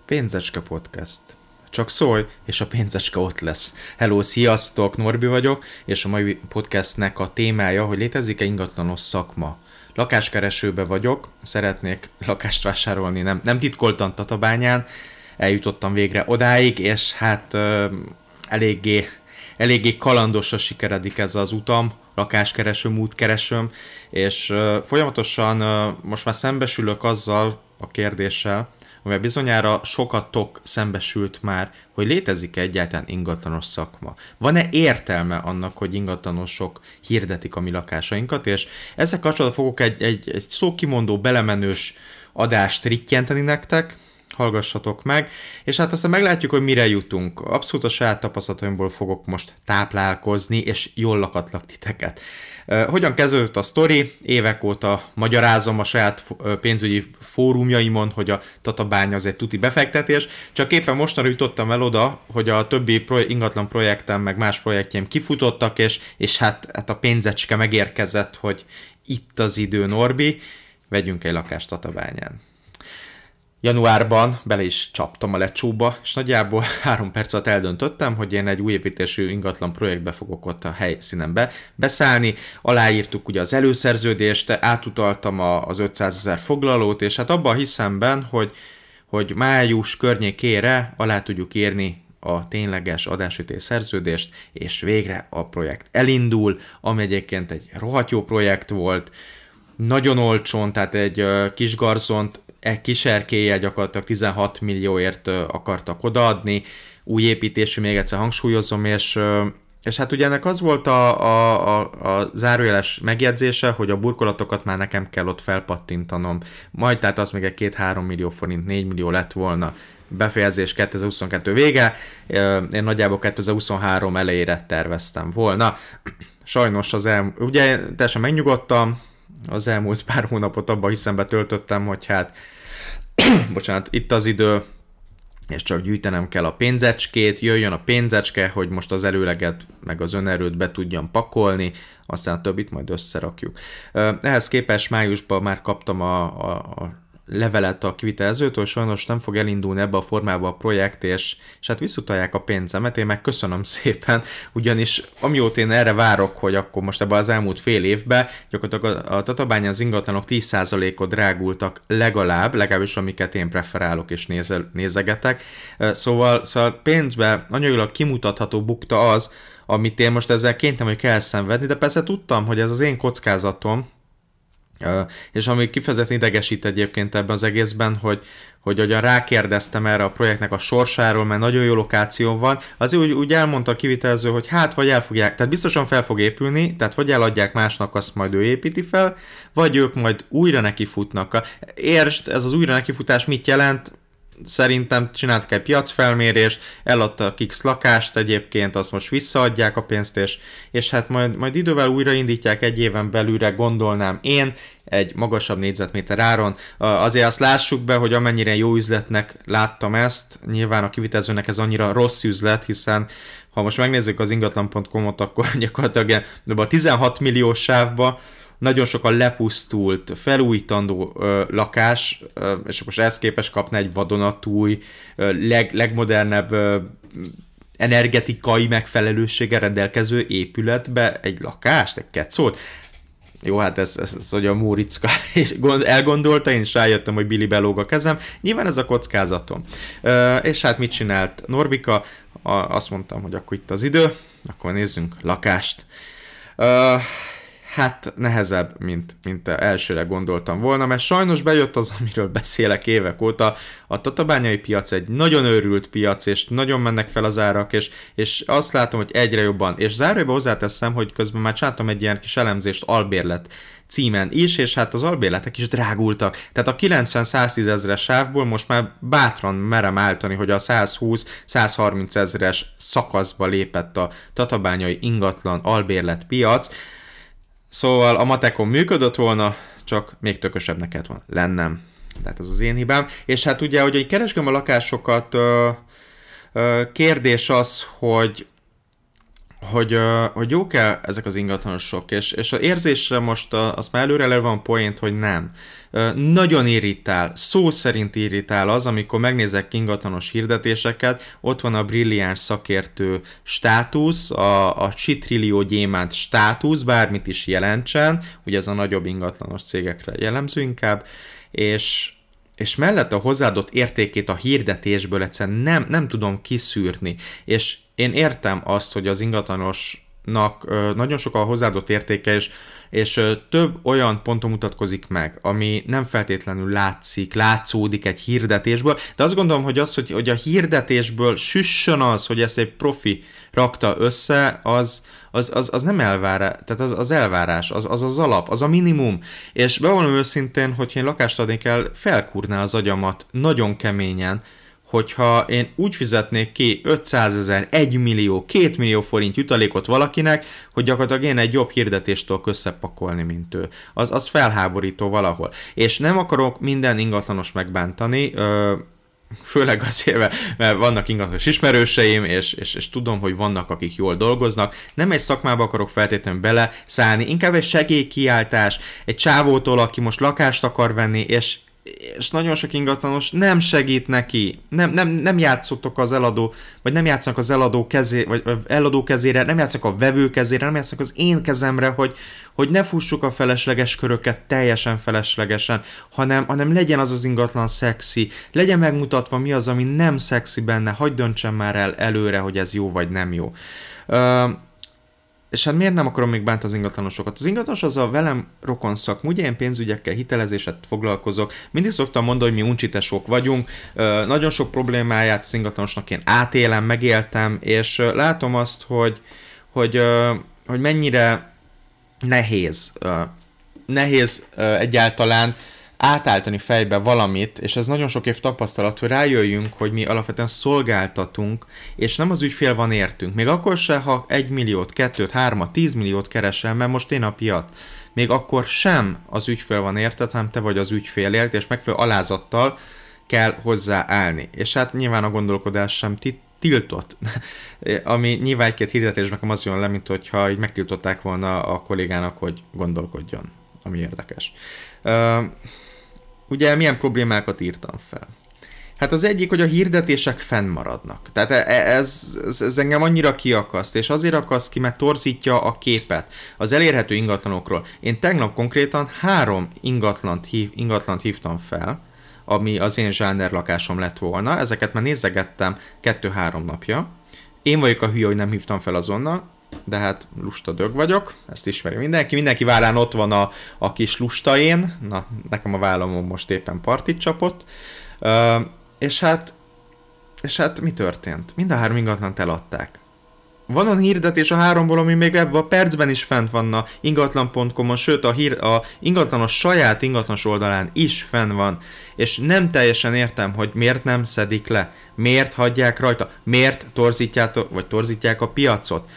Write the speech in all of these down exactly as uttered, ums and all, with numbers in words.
Pénzecske Podcast. Csak szólj, és a pénzecske ott lesz. Hello, sziasztok, Norbi vagyok, és a mai podcastnek a témája, hogy létezik-e ingatlanos szakma. Lakáskeresőbe vagyok, szeretnék lakást vásárolni, nem, nem titkoltan Tatabányán, eljutottam végre odáig, és hát ö, eléggé, eléggé kalandosra sikeredik ez az utam, lakáskeresőm, útkeresőm, és ö, folyamatosan ö, most már szembesülök azzal a kérdéssel, amivel bizonyára sokatok szembesült már, hogy létezik-e egyáltalán ingatlanos szakma. Van-e értelme annak, hogy ingatlanosok hirdetik a mi lakásainkat, és ezzel kapcsolatban fogok egy, egy, egy szókimondó, belemenős adást rittyenteni nektek, hallgassatok meg, és hát aztán meglátjuk, hogy mire jutunk. Abszolút a saját tapasztalataimból fogok most táplálkozni, és jól lakatlak titeket. Hogyan kezdődött a sztori? Évek óta magyarázom a saját pénzügyi fórumjaimon, hogy a Tatabánya az egy tuti befektetés, csak éppen mostanra jutottam el oda, hogy a többi pro- ingatlan projektem, meg más projektjeim kifutottak, és, és hát, hát a pénzecske megérkezett, hogy itt az idő, Norbi, vegyünk egy lakást Tatabányán. Januárban bele is csaptam a lecsóba, és nagyjából három perc alatt eldöntöttem, hogy én egy új építésű ingatlan projektbe fogok ott a helyszínen be, beszállni. Aláírtuk ugye az előszerződést, átutaltam a, az ötszázezer foglalót, és hát abban hiszem ben, hogy, hogy május környékére alá tudjuk írni a tényleges adásütés szerződést, és végre a projekt elindul, ami egyébként egy rohadt jó projekt volt, nagyon olcsón, tehát egy uh, kis garzont egy kis erkéllyel gyakorlatilag tizenhat millióért akartak odaadni, új építésű, még egyszer hangsúlyozom, és, és hát ugye ennek az volt a, a, a, a zárójeles megjegyzése, hogy a burkolatokat már nekem kell ott felpattintanom, majd tehát az még egy két-három millió forint, négy millió lett volna, befejezés kétezer-huszonkettő vége, én nagyjából kétezer-huszonhárom elejére terveztem volna. Sajnos az el, ugye teljesen megnyugodtam, az elmúlt pár hónapot abban hiszembe töltöttem, hogy hát, bocsánat, itt az idő, és csak gyűjtenem kell a pénzecskét, jöjjön a pénzecske, hogy most az előleget, meg az önerőt be tudjam pakolni, aztán a többit majd összerakjuk. Ehhez képest májusban már kaptam a, a, a levelet a kivitelezőtől, hogy sajnos nem fog elindulni ebbe a formába a projekt, és, és hát visszutalják a pénzemet, én meg köszönöm szépen, ugyanis amióta én erre várok, hogy akkor most ebben az elmúlt fél évben gyakorlatilag a, a Tatabányán az ingatlanok tíz százalékot drágultak legalább, legalábbis amiket én preferálok és nézel, nézegetek, szóval, szóval pénzbe anyagilag kimutatható bukta az, amit én most ezzel kénytem, hogy kell szenvedni, de persze tudtam, hogy ez az én kockázatom, Uh, és ami kifejezetten idegesít egyébként ebben az egészben, hogy, hogy ugyan rákérdeztem erre a projektnek a sorsáról, mert nagyon jó lokáció van, azért úgy, úgy elmondta a kivitelező, hogy hát vagy el fogják, tehát biztosan fel fog épülni, tehát vagy eladják másnak, azt majd ő építi fel, vagy ők majd újra nekifutnak. Értsd, ez az újra nekifutás mit jelent? Szerintem csináltak egy piacfelmérést, eladtak X lakást egyébként, azt most visszaadják a pénzt, és, és hát majd, majd idővel újraindítják egy éven belülre, gondolnám én, egy magasabb négyzetméter áron. Azért azt lássuk be, hogy amennyire jó üzletnek láttam ezt, nyilván a kivitelezőnek ez annyira rossz üzlet, hiszen ha most megnézzük az ingatlan pont com-ot, akkor gyakorlatilag a tizenhat milliós sávba nagyon sokan lepusztult, felújítandó ö, lakás, ö, és most ehhez képest kapna egy vadonatúj, ö, leg, legmodernebb ö, energetikai megfelelőséggel rendelkező épületbe egy lakást, egy kecót. Jó, hát ez, ez, ez hogy a Móriczka és gond, elgondolta, én is rájöttem, hogy Billy belóg a kezem. Nyilván ez a kockázatom. Ö, és hát mit csinált Norbika? A, azt mondtam, hogy akkor itt az idő, akkor nézzünk lakást. Ö, Hát nehezebb, mint, mint elsőre gondoltam volna, mert sajnos bejött az, amiről beszélek évek óta. A tatabányai piac egy nagyon őrült piac, és nagyon mennek fel az árak, és, és azt látom, hogy egyre jobban. És zárójelbe hozzáteszem, hogy közben már csináltam egy ilyen kis elemzést albérlet címen is, és hát az albérletek is drágultak. Tehát a kilencven-száztíz ezres sávból most már bátran merem állítani, hogy a százhúsz-százharminc ezres szakaszba lépett a tatabányai ingatlan albérlet piac. Szóval a matekon működött volna, csak még tökösebbnek kellett volna lennem. Tehát ez az én hibám. És hát ugye, hogy keresgélem a lakásokat, ö, ö, kérdés az, hogy hogy, hogy jók-e ezek az ingatlanosok, és, és az érzésre most azt már előre le van point, hogy nem. Nagyon irritál, szó szerint irritál az, amikor megnézek ingatlanos hirdetéseket, ott van a brilliáns szakértő státusz, a, a csitrillió gyémánt státusz, bármit is jelentsen, ugye ez a nagyobb ingatlanos cégekre jellemző inkább, és és mellett a hozzáadott értékét a hirdetésből egyszerűen nem, nem tudom kiszűrni. És én értem azt, hogy az ingatlanosnak ö, nagyon sok a hozzáadott értéke, és, és ö, több olyan ponton mutatkozik meg, ami nem feltétlenül látszik, látszódik egy hirdetésből, de azt gondolom, hogy az, hogy, hogy a hirdetésből süssön az, hogy ezt egy profi rakta össze, az, az, az, az nem elvárás, tehát az, az elvárás, az, az az alap, az a minimum. És bevallom őszintén, hogyha én lakást adnék el, felkúrná az agyamat nagyon keményen, hogyha én úgy fizetnék ki ötszázezer, egy millió, két millió forint jutalékot valakinek, hogy gyakorlatilag én egy jobb hirdetéstől összepakolni, mint ő. Az, az felháborító valahol. És nem akarok minden ingatlanos megbántani, ö, főleg azért, mert, mert vannak ingatlanos ismerőseim, és, és, és tudom, hogy vannak, akik jól dolgoznak. Nem egy szakmába akarok feltétlenül beleszállni, inkább egy segélykiáltás, egy csávótól, aki most lakást akar venni, és és nagyon sok ingatlanos nem segít neki, nem, nem, nem játszottok az eladó, vagy nem játszanak az eladó, kezé, vagy eladó kezére, nem játszanak a vevő kezére, nem játszanak az én kezemre, hogy, hogy ne fussuk a felesleges köröket teljesen feleslegesen, hanem, hanem legyen az az ingatlan szexi, legyen megmutatva mi az, ami nem szexi benne, hagyd döntsem már el előre, hogy ez jó vagy nem jó. Uh, És hát miért nem akarom még bánt az ingatlanosokat? Az ingatlanos az a velem rokon szakma, ugye én pénzügyekkel, hitelezéset foglalkozok, mindig szoktam mondani, hogy mi uncsitesok vagyunk, nagyon sok problémáját az ingatlanosnak én átélem, megéltem, és látom azt, hogy, hogy, hogy mennyire nehéz, nehéz egyáltalán átállítani fejbe valamit, és ez nagyon sok év tapasztalat, hogy rájöjjünk, hogy mi alapvetően szolgáltatunk, és nem az ügyfél van értünk. Még akkor se, ha egy milliót, kettőt, hármat, tíz milliót keresel, mert most én a piac. Még akkor sem az ügyfél van érted, hanem te vagy az ügyfélért, és megfelelő alázattal kell hozzáállni. És hát nyilván a gondolkodás sem tit- tiltott, ami nyilván egy-két hirdetésnek az jön le, mint hogyha így megtiltották volna a kollégának, hogy gondolkodjon, ami érdekes. Uh, ugye milyen problémákat írtam fel? Hát az egyik, hogy a hirdetések fennmaradnak. Tehát ez, ez, ez engem annyira kiakaszt, és azért akaszt ki, mert torzítja a képet az elérhető ingatlanokról. Én tegnap konkrétan három ingatlant, hív, ingatlant hívtam fel, ami az én zsáner lakásom lett volna. Ezeket már nézegettem kettő-három napja. Én vagyok a hülye, hogy nem hívtam fel azonnal, de hát lusta dög vagyok, ezt ismeri mindenki. Mindenki vállán ott van a, a kis lusta én, na, nekem a vállamon most éppen partit csapott. Uh, és hát, és hát mi történt? Mind a három ingatlant eladták. Van olyan hirdetés a háromból, ami még ebben a percben is fent van a ingatlan pont com-on, sőt a, hír, a ingatlanos saját ingatlanos oldalán is fenn van, és nem teljesen értem, hogy miért nem szedik le, miért hagyják rajta, miért torzítják, vagy torzítják a piacot.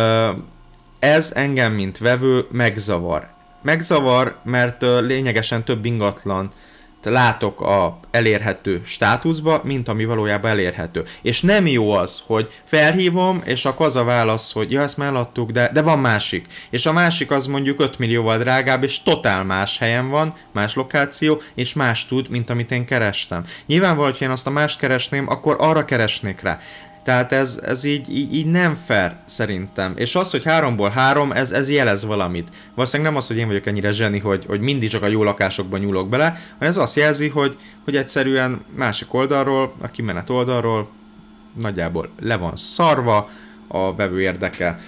Ez engem, mint vevő, megzavar. Megzavar, mert lényegesen több ingatlan látok a elérhető státuszba, mint ami valójában elérhető. És nem jó az, hogy felhívom, és akkor az a válasz, hogy ja, ezt már eladtuk, de, de van másik. És a másik az mondjuk öt millióval drágább, és totál más helyen van, más lokáció, és más tud, mint amit én kerestem. Nyilvánvalóan, hogy én azt a mást keresném, akkor arra keresnék rá. Tehát ez, ez így, így, így nem fair szerintem. És az, hogy háromból három, ez, ez jelez valamit. Valószínűleg nem az, hogy én vagyok ennyire zseni, hogy, hogy mindig csak a jó lakásokban nyúlok bele, hanem ez azt jelzi, hogy, hogy egyszerűen másik oldalról, a kimenet oldalról nagyjából le van szarva a vevő érdeke.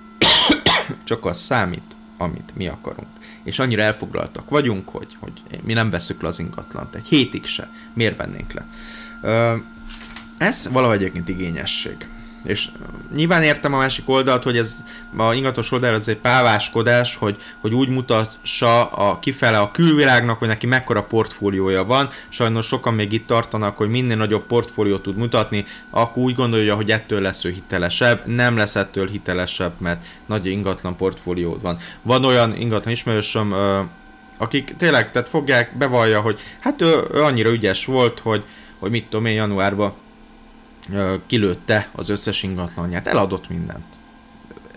Csak az számít, amit mi akarunk. És annyira elfoglaltak vagyunk, hogy, hogy mi nem veszük le az ingatlant. Egy hétig se. Miért vennénk le? Ö, Ez valahogy egyébként igényesség. És nyilván értem a másik oldalt, hogy ez a ingatlanos oldal az egy páváskodás, hogy, hogy úgy mutassa a, kifele a külvilágnak, hogy neki mekkora portfóliója van. Sajnos sokan még itt tartanak, hogy minél nagyobb portfóliót tud mutatni, akkor úgy gondolja, hogy ettől lesz ő hitelesebb. Nem lesz ettől hitelesebb, mert nagy ingatlan portfóliód van. Van olyan ingatlan ismerősöm, akik tényleg tehát fogják, bevallja, hogy hát ő, ő annyira ügyes volt, hogy, hogy mit tudom én, januárban kilőtte az összes ingatlanját, eladott mindent.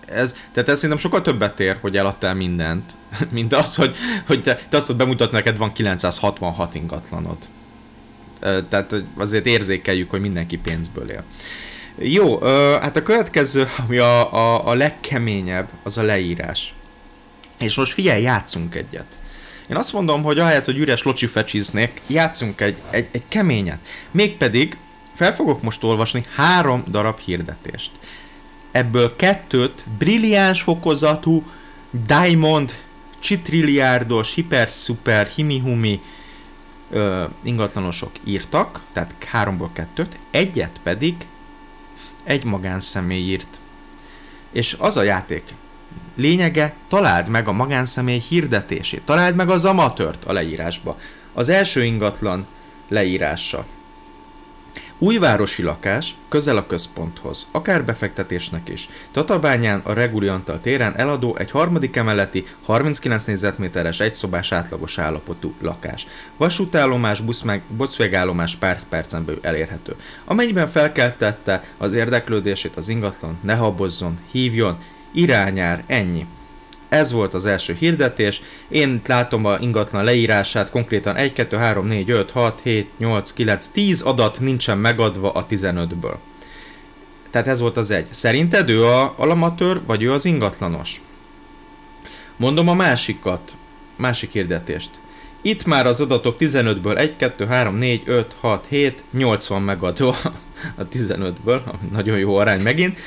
ez, tehát ez szerintem sokkal többet ér, hogy eladtál mindent, mint az, hogy, hogy te, te azt tudod bemutatni, neked van kilencszázhatvanhat ingatlanod. Tehát azért érzékeljük, hogy mindenki pénzből él. Jó, hát a következő, ami a, a, a legkeményebb, az a leírás. És most figyelj, játszunk egyet. Én azt mondom, hogy ahelyett, hogy üres locsi fecsiznék, játszunk egy, egy, egy keményet. Mégpedig fel fogok most olvasni három darab hirdetést. Ebből kettőt brilliáns fokozatú, diamond, csitrilliárdos, hiper-szuper, himi-humi ö, ingatlanosok írtak, tehát háromból kettőt, egyet pedig egy magánszemély írt. És az a játék lényege, találd meg a magánszemély hirdetését, találd meg az amatőrt a leírásba. Az első ingatlan leírása. Újvárosi lakás, közel a központhoz, akár befektetésnek is. Tatabányán a Reguli Antal téren eladó egy harmadik emeleti, harminckilenc négyzetméteres, egyszobás átlagos állapotú lakás. Vasútállomás, buszmegállomás pár percen belül elérhető. Amennyiben felkeltette az érdeklődését az ingatlan, ne habozzon, hívjon, irányár, ennyi. Ez volt az első hirdetés, én itt látom a ingatlan leírását, konkrétan egy, kettő, három, négy, öt, hat, hét, nyolc, kilenc, tíz adat nincsen megadva a tizenötből. Tehát ez volt az egy. Szerinted ő a amatőr, vagy ő az ingatlanos? Mondom a másikat, másik hirdetést. Itt már az adatok tizenötből egy, kettő, három, négy, öt, hat, hét, nyolc van megadva a tizenötből, nagyon jó arány megint.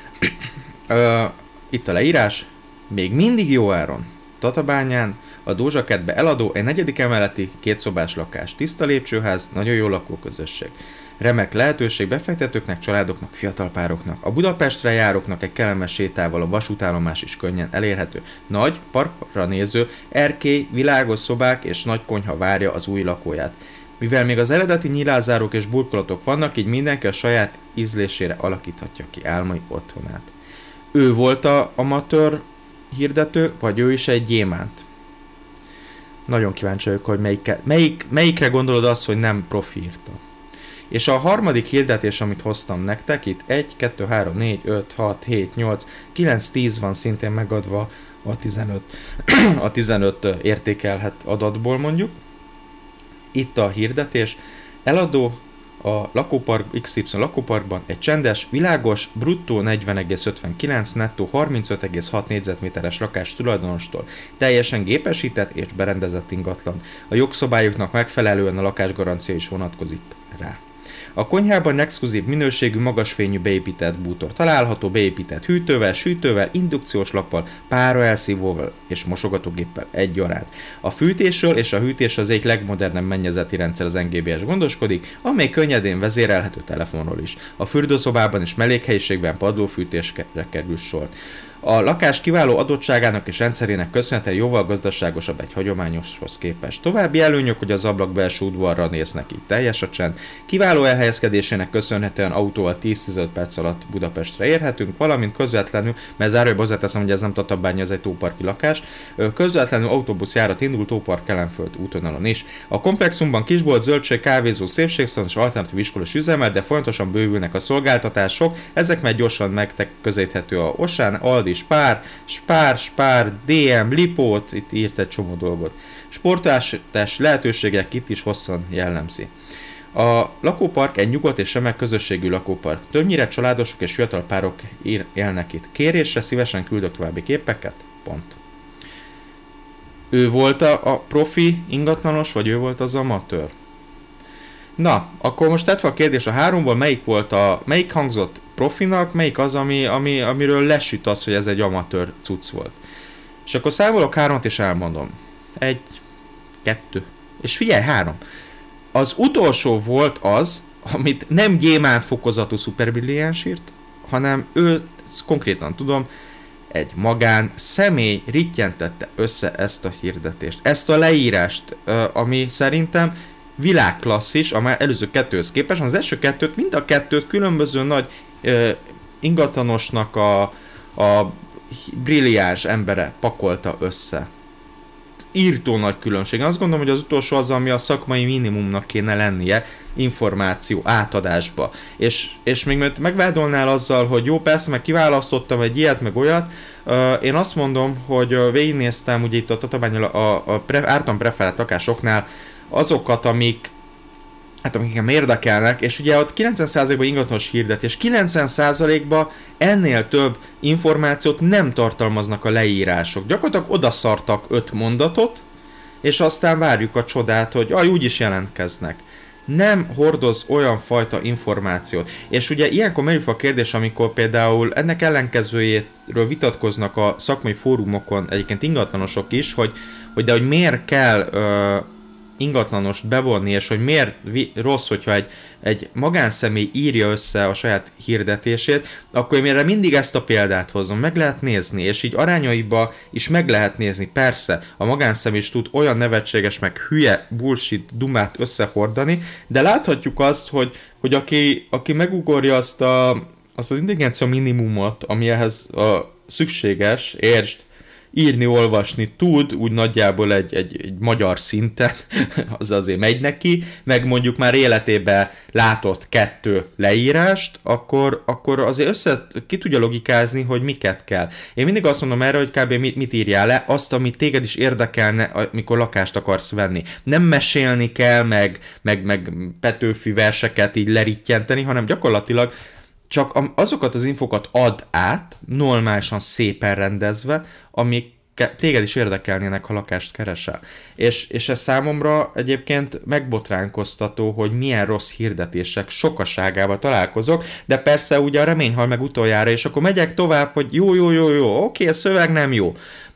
Itt a leírás. Még mindig jó áron. Tatabányán a Dózsakertbe eladó egy negyedik emeleti, kétszobás lakás, tiszta lépcsőház, nagyon jó lakóközösség. Remek lehetőség befektetőknek, családoknak, fiatal pároknak. A Budapestre járóknak egy kellemes sétával a vasútállomás is könnyen elérhető. Nagy, parkra néző, erkély, világos szobák és nagy konyha várja az új lakóját. Mivel még az eredeti nyilázárok és burkolatok vannak, így mindenki a saját ízlésére alakíthatja ki álmai otthonát. Ő volt a amatőr hirdető, vagy ő is egy gyémánt? Nagyon kíváncsi vagyok, hogy melyik, melyik, melyikre gondolod azt, hogy nem profi írta. És a harmadik hirdetés, amit hoztam nektek, itt egy, kettő, három, négy, öt, hat, hét, nyolc, kilenc, tíz van szintén megadva a tizenöt, a tizenöt értékelhet adatból mondjuk. Itt a hirdetés, eladó a lakópark, iksz ipszilon lakóparkban egy csendes, világos, bruttó negyven egész ötvenkilenc, nettó harmincöt egész hat négyzetméteres lakás tulajdonostól, teljesen gépesített és berendezett ingatlan. A jogszabályoknak megfelelően a lakásgarancia is vonatkozik rá. A konyhában exkluzív minőségű, magasfényű beépített bútor található, beépített hűtővel, sütővel, indukciós lappal, páraelszívóval és mosogatógéppel egyaránt. A fűtésről és a hűtés az egyik legmodernebb mennyezeti rendszer az en gé bé es gondoskodik, amely könnyedén vezérelhető telefonról is. A fürdőszobában és mellékhelyiségben padlófűtésre kerül sor. A lakás kiváló adottságának és rendszerének köszönhetően jóval gazdaságosabb egy hagyományoshoz képest. További előnyök, hogy az ablak belső udvarra néznek, így teljes a csend. Kiváló elhelyezkedésének köszönhetően autóval tíz-tizenöt perc alatt Budapestre érhetünk, valamint közvetlenül, mert zárójelbe hozzáteszem, hogy ez nem Tatabánya, ez egy tóparki lakás, közvetlenül autóbuszjárat indul Tópark Kelenföld útvonalon is. A komplexumban kisbolt, zöldség, kávézó, szépségszalon és alternatív iskolas üzemel, de folyamatosan bővülnek a szolgáltatások, ezek meg gyorsan megközelíthető a Osán, Aldi, Spár, Spár, Spár, dé em, Lipót, itt írt egy csomó dolgot. Sportolás lehetőségek itt is hosszan jellemzi. A lakópark egy nyugodt és remek közösségű lakópark. Többnyire családosok és fiatal párok élnek itt. Kérésre szívesen küldök további képeket. Pont. Ő volt a, a profi ingatlanos, vagy ő volt az amatőr? Na, akkor most tett fel a kérdés, a háromból melyik volt a, melyik hangzott profinak, melyik az, ami, ami, amiről lesüt az, hogy ez egy amatőr cucc volt. És akkor számolok hármat és elmondom. Egy, kettő, és figyelj, három. Az utolsó volt az, amit nem gyémánt fokozatú szuperbrilliáns írt, hanem ő, konkrétan tudom, egy magán személy rittyentette össze ezt a hirdetést, ezt a leírást, ami szerintem világklasszis, amely előző kettőhöz képest, az első kettőt, mind a kettőt különböző nagy uh, ingatlanosnak a, a brilliáns embere pakolta össze. írtó nagy különbség. Én azt gondolom, hogy az utolsó az, ami a szakmai minimumnak kéne lennie információ átadásba. És, és még mert megvádolnál azzal, hogy jó, persze, meg kiválasztottam egy ilyet, meg olyat, uh, én azt mondom, hogy uh, végignéztem ugye itt a Tatabányal a, a pre, ártan preferált lakásoknál azokat, amik hát amiket érdekelnek, és ugye ott kilencven százalékban ingatlanos hirdetés, kilencven százalékban ennél több információt nem tartalmaznak a leírások. Gyakorlatilag odaszartak öt mondatot, és aztán várjuk a csodát, hogy aj, úgy is jelentkeznek. Nem hordoz olyan fajta információt. És ugye ilyenkor merül fel a kérdés, amikor például ennek ellenkezőjéről vitatkoznak a szakmai fórumokon egyébként ingatlanosok is, hogy, hogy de hogy miért kell ö, ingatlanost bevonni, és hogy miért rossz, hogyha egy, egy magánszemély írja össze a saját hirdetését, akkor én erre mindig ezt a példát hozom, meg lehet nézni, és így arányaiba is meg lehet nézni. Persze, a magánszemély is tud olyan nevetséges, meg hülye, bullshit, dumát összehordani, de láthatjuk azt, hogy, hogy aki, aki megugorja azt, a, azt az intelligencia minimumot, ami ehhez a szükséges, értsd, írni, olvasni tud, úgy nagyjából egy, egy, egy magyar szinten, az azért megy neki, meg mondjuk már életében látott kettő leírást, akkor, akkor azért össze ki tudja logikázni, hogy miket kell. Én mindig azt mondom erre, hogy kb. mit, mit írjál le, azt, amit téged is érdekelne, amikor lakást akarsz venni. Nem mesélni kell, meg, meg, meg Petőfi verseket így lerittyenteni, hanem gyakorlatilag csak azokat az infokat add át, normálisan szépen rendezve, amik téged is érdekelnének, ha lakást keresel. És, és ez számomra egyébként megbotránkoztató, hogy milyen rossz hirdetések sokaságával találkozok, de persze ugye a remény hal meg utoljára, és akkor megyek tovább, hogy jó, jó, jó, jó, oké, a szöveg nem jó.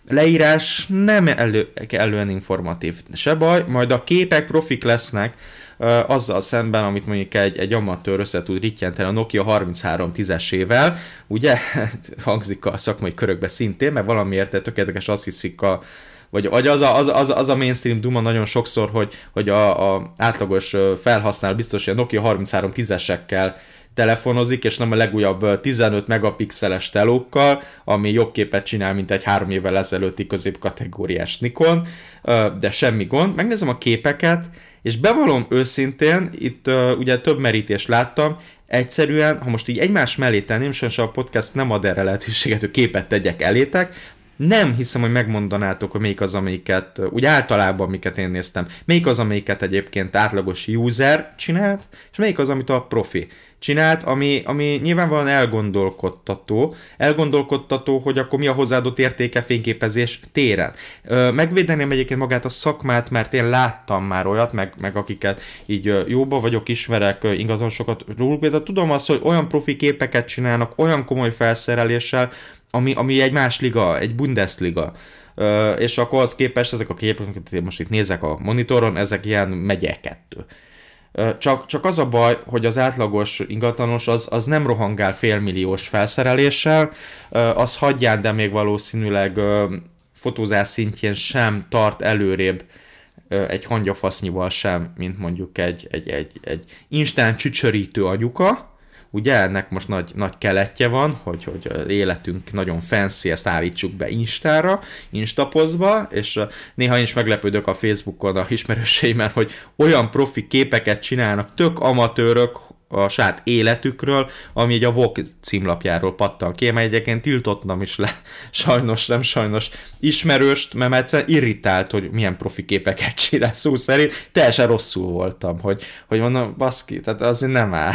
Leírás nem elő, elően informatív. Se baj, majd a képek profik lesznek, Uh, azzal szemben, amit mondjuk egy, egy amatőr össze tud rittyenteni a Nokia harminchárom tízesével, ugye, hangzik a szakmai körökbe szintén, mert valamiért tökéletes azt hiszik a, vagy, vagy az, a, az, az, az a mainstream duma nagyon sokszor, hogy, hogy a, a átlagos felhasználó biztos, hogy a Nokia harminchárom tízesekkel telefonozik, és nem a legújabb tizenöt megapixeles telókkal, ami jobb képet csinál, mint egy három évvel ezelőtti középkategóriás Nikon, de semmi gond. Megnézem a képeket, és bevallom őszintén, itt uh, ugye több merítést láttam, egyszerűen, ha most így egymás mellé tenném, sajnos a podcast nem ad erre lehetőséget, hogy képet tegyek elétek, nem hiszem, hogy megmondanátok, hogy melyik az, amelyiket, úgy általában, amiket én néztem, melyik az, amelyiket egyébként átlagos user csinált, és melyik az, amit a profi csinált, ami, ami nyilvánvalóan elgondolkodtató, elgondolkodtató, hogy akkor mi a hozzáadott értéke fényképezés téren. Megvédeném egyébként magát a szakmát, mert én láttam már olyat, meg, meg akiket így jóba vagyok, ismerek ingatlanosokat róluk, például tudom azt, hogy olyan profi képeket csinálnak, olyan komoly felszereléssel, ami, ami egy más liga, egy Bundesliga. Uh, és akkor az képest ezek a képek, amiket most itt nézek a monitoron, ezek ilyen megye kettő. Uh, csak, csak az a baj, hogy az átlagos ingatlanos az, az nem rohangál félmilliós felszereléssel, uh, az hagyján, de még valószínűleg uh, fotózás szintjén sem tart előrébb uh, egy hangyafasznyival sem, mint mondjuk egy, egy, egy, egy instant csücsörítő anyuka. Ugye ennek most nagy, nagy keletje van, hogy, hogy az életünk nagyon fancy, ezt állítsuk be Instára, instapozva, és néha én is meglepődök a Facebookon a ismerőseimmel, hogy olyan profi képeket csinálnak, tök amatőrök a saját életükről, ami egy a Vogue címlapjáról pattan ki, mert egyébként tiltottam is le, sajnos, nem sajnos, ismerőst, mert egyszerűen irritált, hogy milyen profi képeket csinál, szó szerint, teljesen rosszul voltam, hogy, hogy mondom, baszki, tehát azért nem áll.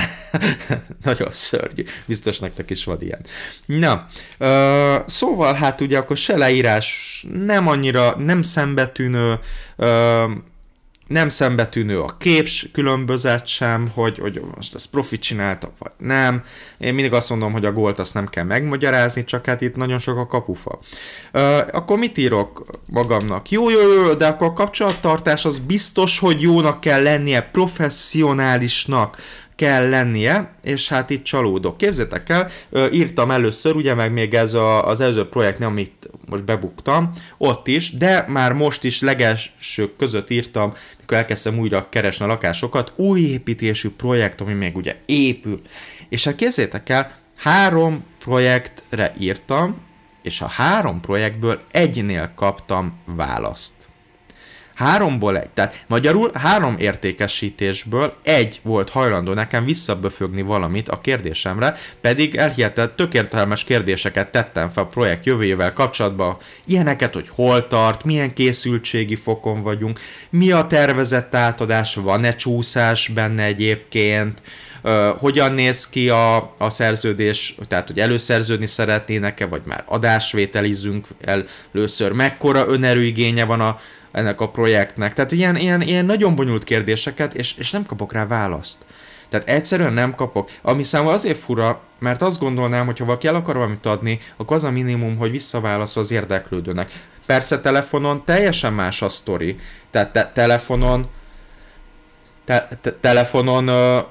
Nagyon szörnyű, biztos nektek is van ilyen. Na, ö, szóval hát ugye akkor se leírás, nem annyira, nem szembetűnő, ö, nem szembetűnő a kép különbözet sem, hogy, hogy most ezt profit csináltak, vagy nem. Én mindig azt mondom, hogy a gólt azt nem kell megmagyarázni, csak hát itt nagyon sok a kapufa. Uh, akkor mit írok magamnak? Jó, jó, jó, de akkor a kapcsolattartás az biztos, hogy jónak kell lennie, professzionálisnak kell lennie, és hát itt csalódok. Képzeljétek el, írtam először, ugye meg még ez a, az előző projekt, amit most bebuktam, ott is, de már most is legelsők között írtam, mikor elkezdtem újra keresni a lakásokat, új építésű projekt, ami még ugye épül. És hát képzeljétek el, három projektre írtam, és a három projektből egynél kaptam választ. Háromból egy. Tehát magyarul három értékesítésből egy volt hajlandó nekem visszaböfögni valamit a kérdésemre, pedig elhihetett tök értelmes kérdéseket tettem fel a projekt jövőjével kapcsolatban. Ilyeneket, hogy hol tart, milyen készültségi fokon vagyunk, mi a tervezett átadás, van-e csúszás benne egyébként, Uh, hogyan néz ki a, a szerződés, tehát hogy előszerződni szeretnének-e, vagy már adásvételizünk először, mekkora önerőigénye van a, ennek a projektnek. Tehát ilyen, ilyen, ilyen nagyon bonyolult kérdéseket, és, és nem kapok rá választ. Tehát egyszerűen nem kapok. Ami számomra azért fura, mert azt gondolnám, hogy ha valaki el akar valamit adni, akkor az a minimum, hogy visszaválaszol az érdeklődőnek. Persze telefonon teljesen más a sztori. Tehát te- telefonon te- te- telefonon uh,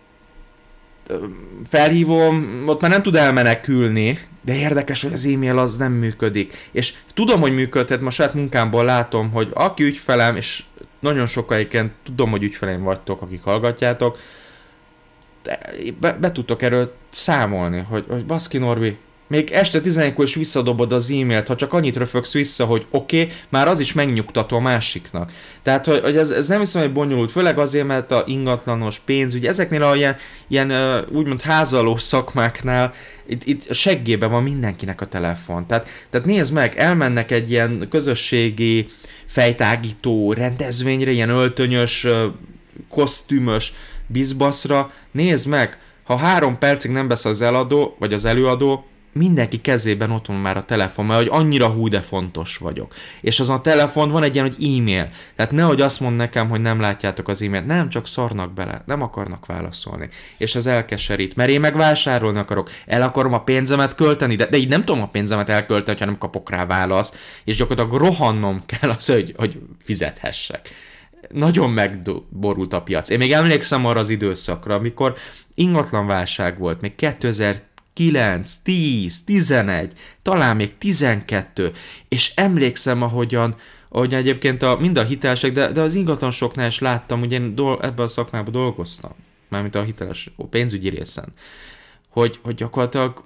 felhívom, ott már nem tud elmenekülni, de érdekes, hogy az e-mail az nem működik. És tudom, hogy működhet, ma saját munkámból látom, hogy aki ügyfelem, és nagyon sokáiken tudom, hogy ügyfeleim vagytok, akik hallgatjátok, be, be tudtok erről számolni, hogy, hogy baszki Norbi, még este tizenegykor is visszadobod az e-mailt, ha csak annyit röfögsz vissza, hogy oké, okay, már az is megnyugtató a másiknak. Tehát, hogy, hogy ez, ez nem hiszem, hogy bonyolult, főleg azért, mert a ingatlanos pénzügy, ezeknél a ilyen, ilyen úgymond házaló szakmáknál itt, itt seggében van mindenkinek a telefon. Tehát, tehát nézd meg, elmennek egy ilyen közösségi fejtágító rendezvényre, ilyen öltönyös, kosztümös bizbaszra, nézd meg, ha három percig nem beszél az eladó, vagy az előadó, mindenki kezében ott van már a telefon, mert hogy annyira hú de fontos vagyok. És azon a telefon van egy ilyen, hogy e-mail. Tehát nehogy azt mond nekem, hogy nem látjátok az e-mailt. Nem, csak szarnak bele. Nem akarnak válaszolni. És ez elkeserít. Mert én meg vásárolni akarok. El akarom a pénzemet költeni, de, de így nem tudom a pénzemet elkölteni, ha nem kapok rá választ. És gyakorlatilag rohannom kell az, hogy, hogy fizethessek. Nagyon megborult a piac. Én még emlékszem arra az időszakra, amikor ingatlanválság volt, még kétezer-kilenc, tíz, tizenegy, talán még tizenkettő, és emlékszem, ahogyan, ahogyan egyébként a, mind a hitelesek, de, de az ingatlanosoknál is láttam, hogy én dol, ebben a szakmában dolgoztam, mármint a hiteles a pénzügyi részen, hogy, hogy gyakorlatilag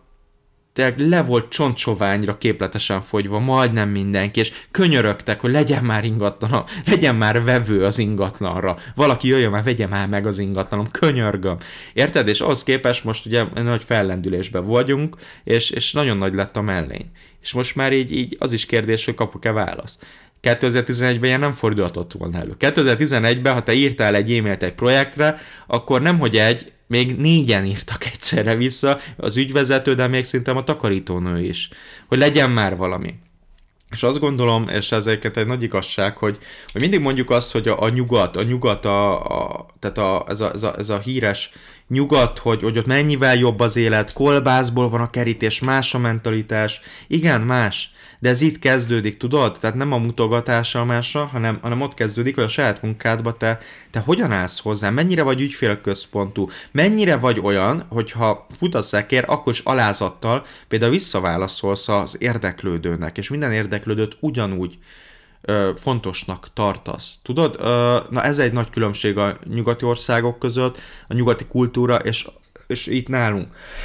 le volt csontsoványra képletesen fogyva, majdnem mindenki, és könyörögtek, hogy legyen már ingatlan, legyen már vevő az ingatlanra, valaki jöjjön már, vegye már meg az ingatlanom, könyörgöm. Érted? És ahhoz képest most ugye nagy fellendülésben vagyunk, és, és nagyon nagy lett a mellény. És most már így, így az is kérdés, hogy kapok-e választ. kétezer-tizenegyben ilyen nem fordulhatott volna elő. kétezer-tizenegyben, ha te írtál egy e-mailt egy projektre, akkor nemhogy egy, még négyen írtak egyszerre vissza, az ügyvezető, de még szerintem a takarítónő is, hogy legyen már valami. És azt gondolom, és ezeket egy nagy igazság, hogy, hogy mindig mondjuk azt, hogy a, a nyugat, a nyugat, a, a, tehát a, ez, a, ez, a, ez a híres nyugat, hogy, hogy ott mennyivel jobb az élet, kolbászból van a kerítés, más a mentalitás, igen, más. De ez itt kezdődik, tudod? Tehát nem a mutogatással másra, hanem, hanem ott kezdődik, hogy a saját munkádba te, te hogyan állsz hozzá, mennyire vagy ügyfélközpontú, mennyire vagy olyan, hogyha fut a szekér, akkor is alázattal például visszaválaszolsz az érdeklődőnek, és minden érdeklődőt ugyanúgy ö, fontosnak tartasz. Tudod? Ö, na ez egy nagy különbség a nyugati országok között, a nyugati kultúra, és, és itt nálunk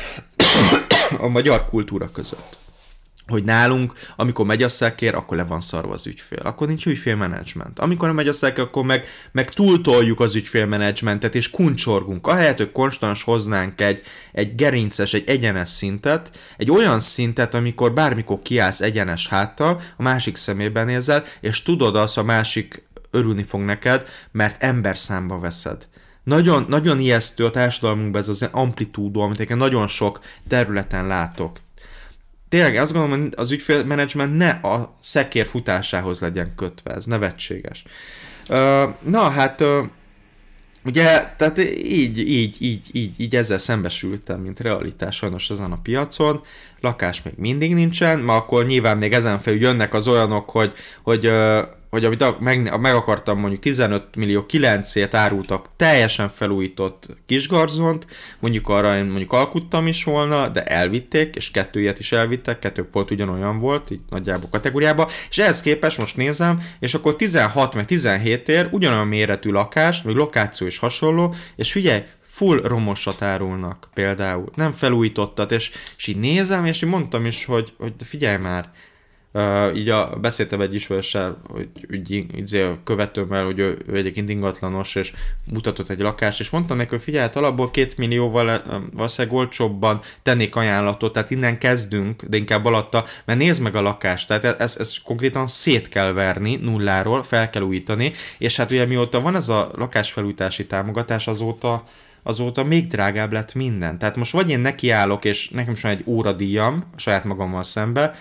a magyar kultúra között. Hogy nálunk, amikor megy a szekér, akkor le van szarva az ügyfél. Akkor nincs ügyfélmenedzsment. Amikor nem megy a szekér, akkor meg, meg túltoljuk az ügyfélmenedzsmentet, és kuncsorgunk. Ahelyett, hogy konstans hoznánk egy, egy gerinces, egy egyenes szintet, egy olyan szintet, amikor bármikor kiállsz egyenes háttal, a másik szemében nézel, és tudod azt, a másik örülni fog neked, mert ember számba veszed. Nagyon, nagyon ijesztő a társadalmunkban ez az amplitúdó, amit én nagyon sok területen látok. Tényleg azt gondolom, hogy az ügyfélmenedzsment ne a szekér futásához legyen kötve, ez nevetséges. Uh, na hát, uh, ugye, tehát így, így, így, így, így ezzel szembesültem, mint realitás sajnos ezen a piacon. Lakás még mindig nincsen, ma akkor nyilván még ezen felül jönnek az olyanok, hogy, hogy uh, hogy amit meg, meg akartam mondjuk tizenöt millió kilencért árultak teljesen felújított kisgarzont, mondjuk arra én mondjuk alkuttam is volna, de elvitték, és kettő ilyet is elvittek, kettő pont ugyanolyan volt, így nagyjából kategóriában, és ehhez képest most nézem, és akkor tizenhat meg tizenhétért ugyanolyan méretű lakást, vagy lokáció is hasonló, és figyelj, full romosat árulnak például, nem felújítottat, és, és így nézem, és így mondtam is, hogy, hogy figyelj már, Uh, így a, beszéltem egy ismerőssel, hogy úgy, így a követőmmel, hogy ő, ő egyébként ingatlanos, és mutatott egy lakást, és mondtam neki, hogy figyelj, alapból két millióval valószínűleg olcsóbban tennék ajánlatot, tehát innen kezdünk, de inkább alatta, mert nézd meg a lakást, tehát ezt ez konkrétan szét kell verni nulláról, fel kell újítani, és hát ugye mióta van ez a lakásfelújítási támogatás, azóta azóta még drágább lett minden. Tehát most vagy én nekiállok, és nekem is van egy óradíjam saját magammal szembe,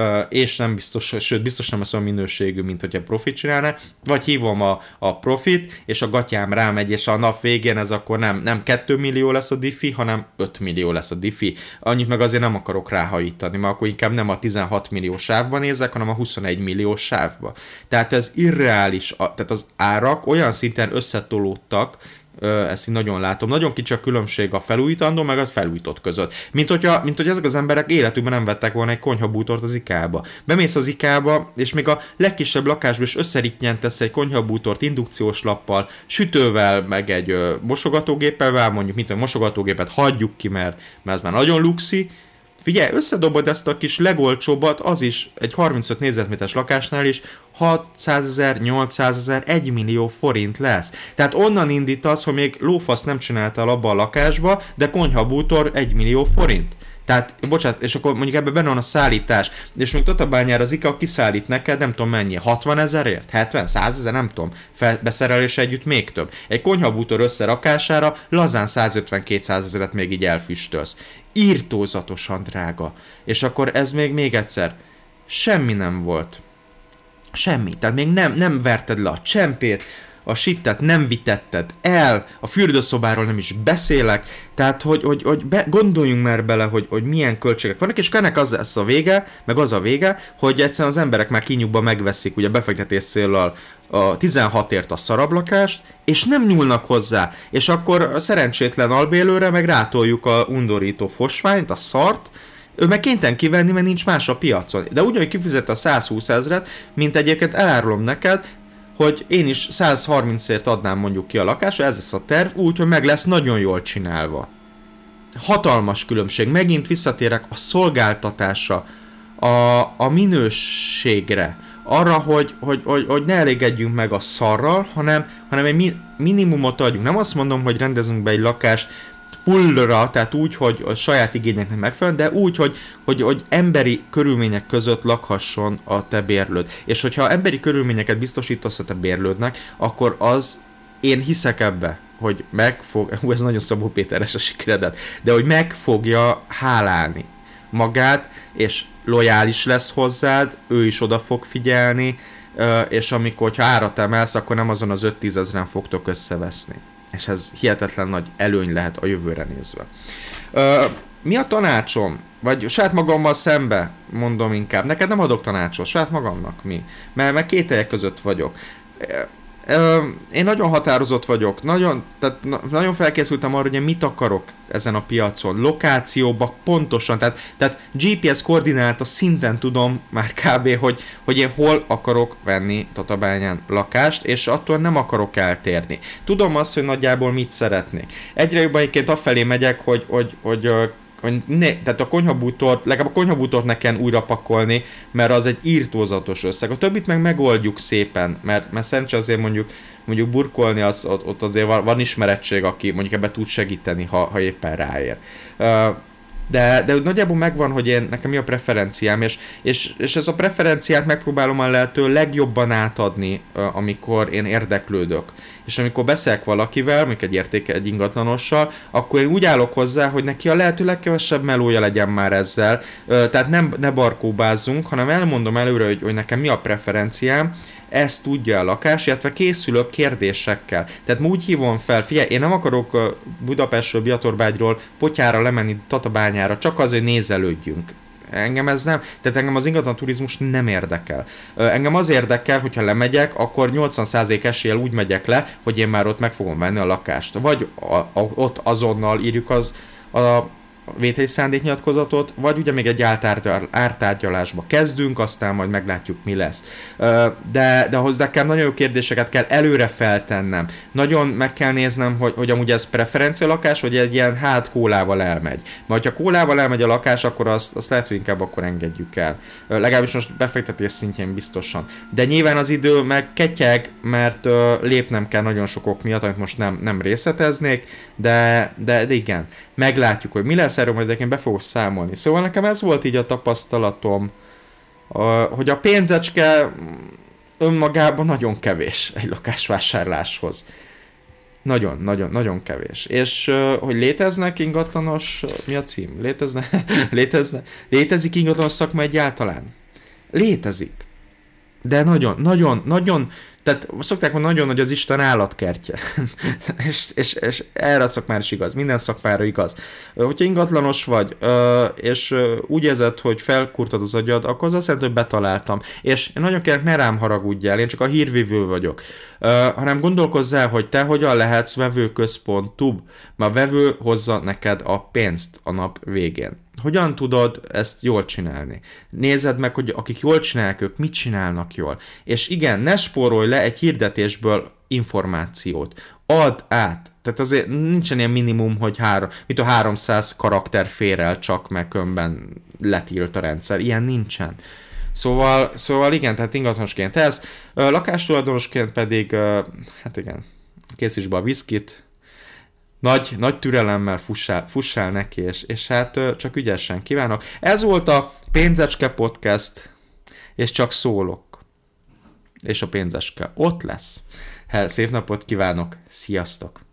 és nem biztos, sőt biztos nem lesz olyan minőségű, mint hogyha profit csinálna, vagy hívom a, a profit, és a gatyám rámegy, és a nap végén ez akkor nem, nem két millió lesz a diffi, hanem öt millió lesz a diffi. Annyit meg azért nem akarok ráhajítani, mert akkor inkább nem a tizenhat millió sávban nézek, hanem a huszonegy millió sávba. Tehát ez irreális, tehát az árak olyan szinten összetolódtak, ezt így nagyon látom. Nagyon kicsi a különbség a felújítandó, meg a felújított között. Mint hogyha, mint hogy ezek az emberek életükben nem vettek volna egy konyhabútort az ikába. Bemész az ikába, és még a legkisebb lakásban is összerítnyentesz egy konyhabútort indukciós lappal, sütővel, meg egy ö, mosogatógéppel, mondjuk mint a mosogatógépet hagyjuk ki, mert, mert ez már nagyon luxi. Figyelj, összedobod ezt a kis legolcsóbbat, az is egy harmincöt négyzetméteres lakásnál is hatszázezer, nyolcszázezer, egy millió forint lesz. Tehát onnan indítasz, hogy még lófasz nem csináltál abba a lakásba, de konyhabútor egy millió forint. Tehát, bocsánat, és akkor mondjuk ebben benne van a szállítás, és mondjuk Tatabányára az IKEA kiszállít neked, nem tudom mennyi, hatvan ezerért, hetven, százezer, nem tudom, fel, beszerelése együtt még több. Egy konyhabútor összerakására lazán százötven-kétszázezeret még így elfüstölsz. Írtózatosan drága. És akkor ez még még egyszer, semmi nem volt. Semmi. Tehát még nem, nem verted le a csempét, a sittet nem vitetted el, a fürdőszobáról nem is beszélek, tehát hogy, hogy, hogy be, gondoljunk már bele, hogy, hogy milyen költségek vannak, és ennek az lesz a vége, meg az a vége, hogy egyszerűen az emberek már kinyugba megveszik ugye befektetés céllal a tizenhatért a szarablakást, és nem nyúlnak hozzá, és akkor a szerencsétlen albélőre meg rátoljuk a undorító fosványt, a szart, ő meg kénytelen kivenni, mert nincs más a piacon. De ugyanúgy kifizet a százhúsz ezret, mint egyébként elárulom neked, hogy én is százharmincért adnám mondjuk ki a lakásra, ez lesz a terv, úgy, hogy meg lesz nagyon jól csinálva. Hatalmas különbség. Megint visszatérek a szolgáltatásra, a, a minőségre, arra, hogy, hogy, hogy, hogy ne elégedjünk meg a szarral, hanem, hanem egy minimumot adjunk. Nem azt mondom, hogy rendezünk be egy lakást fullra, tehát úgy, hogy a saját igényeknek megfelelően, de úgy, hogy, hogy, hogy emberi körülmények között lakhasson a te bérlőd. És hogyha emberi körülményeket biztosítasz a te bérlődnek, akkor az, én hiszek ebbe, hogy meg fog, hú, ez nagyon Szabó Péteres a sikeredet, de hogy meg fogja hálálni magát, és lojális lesz hozzád, ő is oda fog figyelni, és amikor, ha árat emelsz, akkor nem azon az öt-tíz ezeren fogtok összeveszni. És ez hihetetlen nagy előny lehet a jövőre nézve. Mi a tanácsom? Vagy saját magammal szembe, mondom inkább. Neked nem adok tanácsot, saját magamnak mi? Mert, mert két helyek között vagyok. Én nagyon határozott vagyok, nagyon, tehát nagyon felkészültem arra, hogy én mit akarok ezen a piacon, lokációba pontosan, tehát, tehát gé pé es koordináta szinten tudom már kb. hogy, hogy én hol akarok venni Tatabányán lakást, és attól nem akarok eltérni. Tudom azt, hogy nagyjából mit szeretnék. Egyre jobban egyébként afelé megyek, hogy, hogy, hogy hogy ne, tehát a konyhabútort, legalább a konyhabútort ne kell újra pakolni, mert az egy írtózatos összeg. A többit meg megoldjuk szépen, mert, mert szerencsé azért mondjuk, mondjuk burkolni, az, ott, ott azért van, van ismerettség, aki mondjuk ebbe tud segíteni, ha, ha éppen ráér. De, de nagyjából megvan, hogy én, nekem mi a preferenciám, és, és, és ez a preferenciát megpróbálom a lehető legjobban átadni, amikor én érdeklődök. És amikor beszélek valakivel, mondjuk egy értéke, egy ingatlanossal, akkor én úgy állok hozzá, hogy neki a lehető legkevesebb melója legyen már ezzel. Tehát nem, ne barkóbázzunk, hanem elmondom előre, hogy, hogy nekem mi a preferenciám, ezt tudja a lakás, illetve készülök kérdésekkel. Tehát úgy hívom fel, figyelj, én nem akarok Budapestről, Biatorbágyról Potyára lemenni Tatabányára, csak az, hogy nézelődjünk. Engem ez nem, tehát engem az ingatlan turizmus nem érdekel. Engem az érdekel, hogyha lemegyek, akkor nyolcvan százalék eséllyel úgy megyek le, hogy én már ott meg fogom venni a lakást. Vagy a, a, ott azonnal írjuk az, a, vételi szándéknyilatkozatot, vagy ugye még egy ártárgyal, ártárgyalásba kezdünk, aztán majd meglátjuk, mi lesz. De, de ahhoz nekem nagyon jó kérdéseket kell előre feltennem. Nagyon meg kell néznem, hogy, hogy amúgy ez preferencia lakás, vagy egy ilyen hát kólával elmegy. Mert ha kólával elmegy a lakás, akkor azt, azt lehet, hogy inkább akkor engedjük el. Legalábbis most befektetés szintjén biztosan. De nyilván az idő meg ketyeg, mert lépnem kell nagyon sok ok miatt, amit most nem, nem részleteznék, de, de, de igen, meglátjuk, hogy mi lesz, erről majd egyébként be fogok számolni. Szóval nekem ez volt így a tapasztalatom, hogy a pénzecske önmagában nagyon kevés egy lakásvásárláshoz. Nagyon, nagyon, nagyon kevés. És hogy léteznek ingatlanos, mi a cím? Létezne? Létezne? Létezik ingatlanos szakma egyáltalán? Létezik. De nagyon, nagyon, nagyon, tehát szokták mondani nagyon, hogy az Isten állatkertje. és, és, és erre a szakmára is igaz, minden szakmára igaz. Hogyha ingatlanos vagy, és úgy érzed, hogy felkurtad az agyad, akkor az azt jelenti, hogy betaláltam. És nagyon kérlek, ne rám haragudjál, én csak a hírvívő vagyok. Hanem gondolkozzál, hogy te hogyan lehetsz vevőközpontúbb, mert a vevő hozza neked a pénzt a nap végén. Hogyan tudod ezt jól csinálni? Nézed meg, hogy akik jól csinálják, ők mit csinálnak jól. És igen, ne spórolj le egy hirdetésből információt. Add át. Tehát azért nincsen ilyen minimum, hogy három, mit a háromszáz karakter fér el csak, meg különben letilt a rendszer. Ilyen nincsen. Szóval, szóval igen, tehát ingatlanosként ez. Lakástulajdonosként pedig, hát igen, készíts be a viszkit, Nagy, nagy türelemmel fussál, fussál neki, és, és hát csak ügyesen kívánok. Ez volt a Pénzecske Podcast, és csak szólok. És a pénzecske ott lesz. Szép napot kívánok, sziasztok!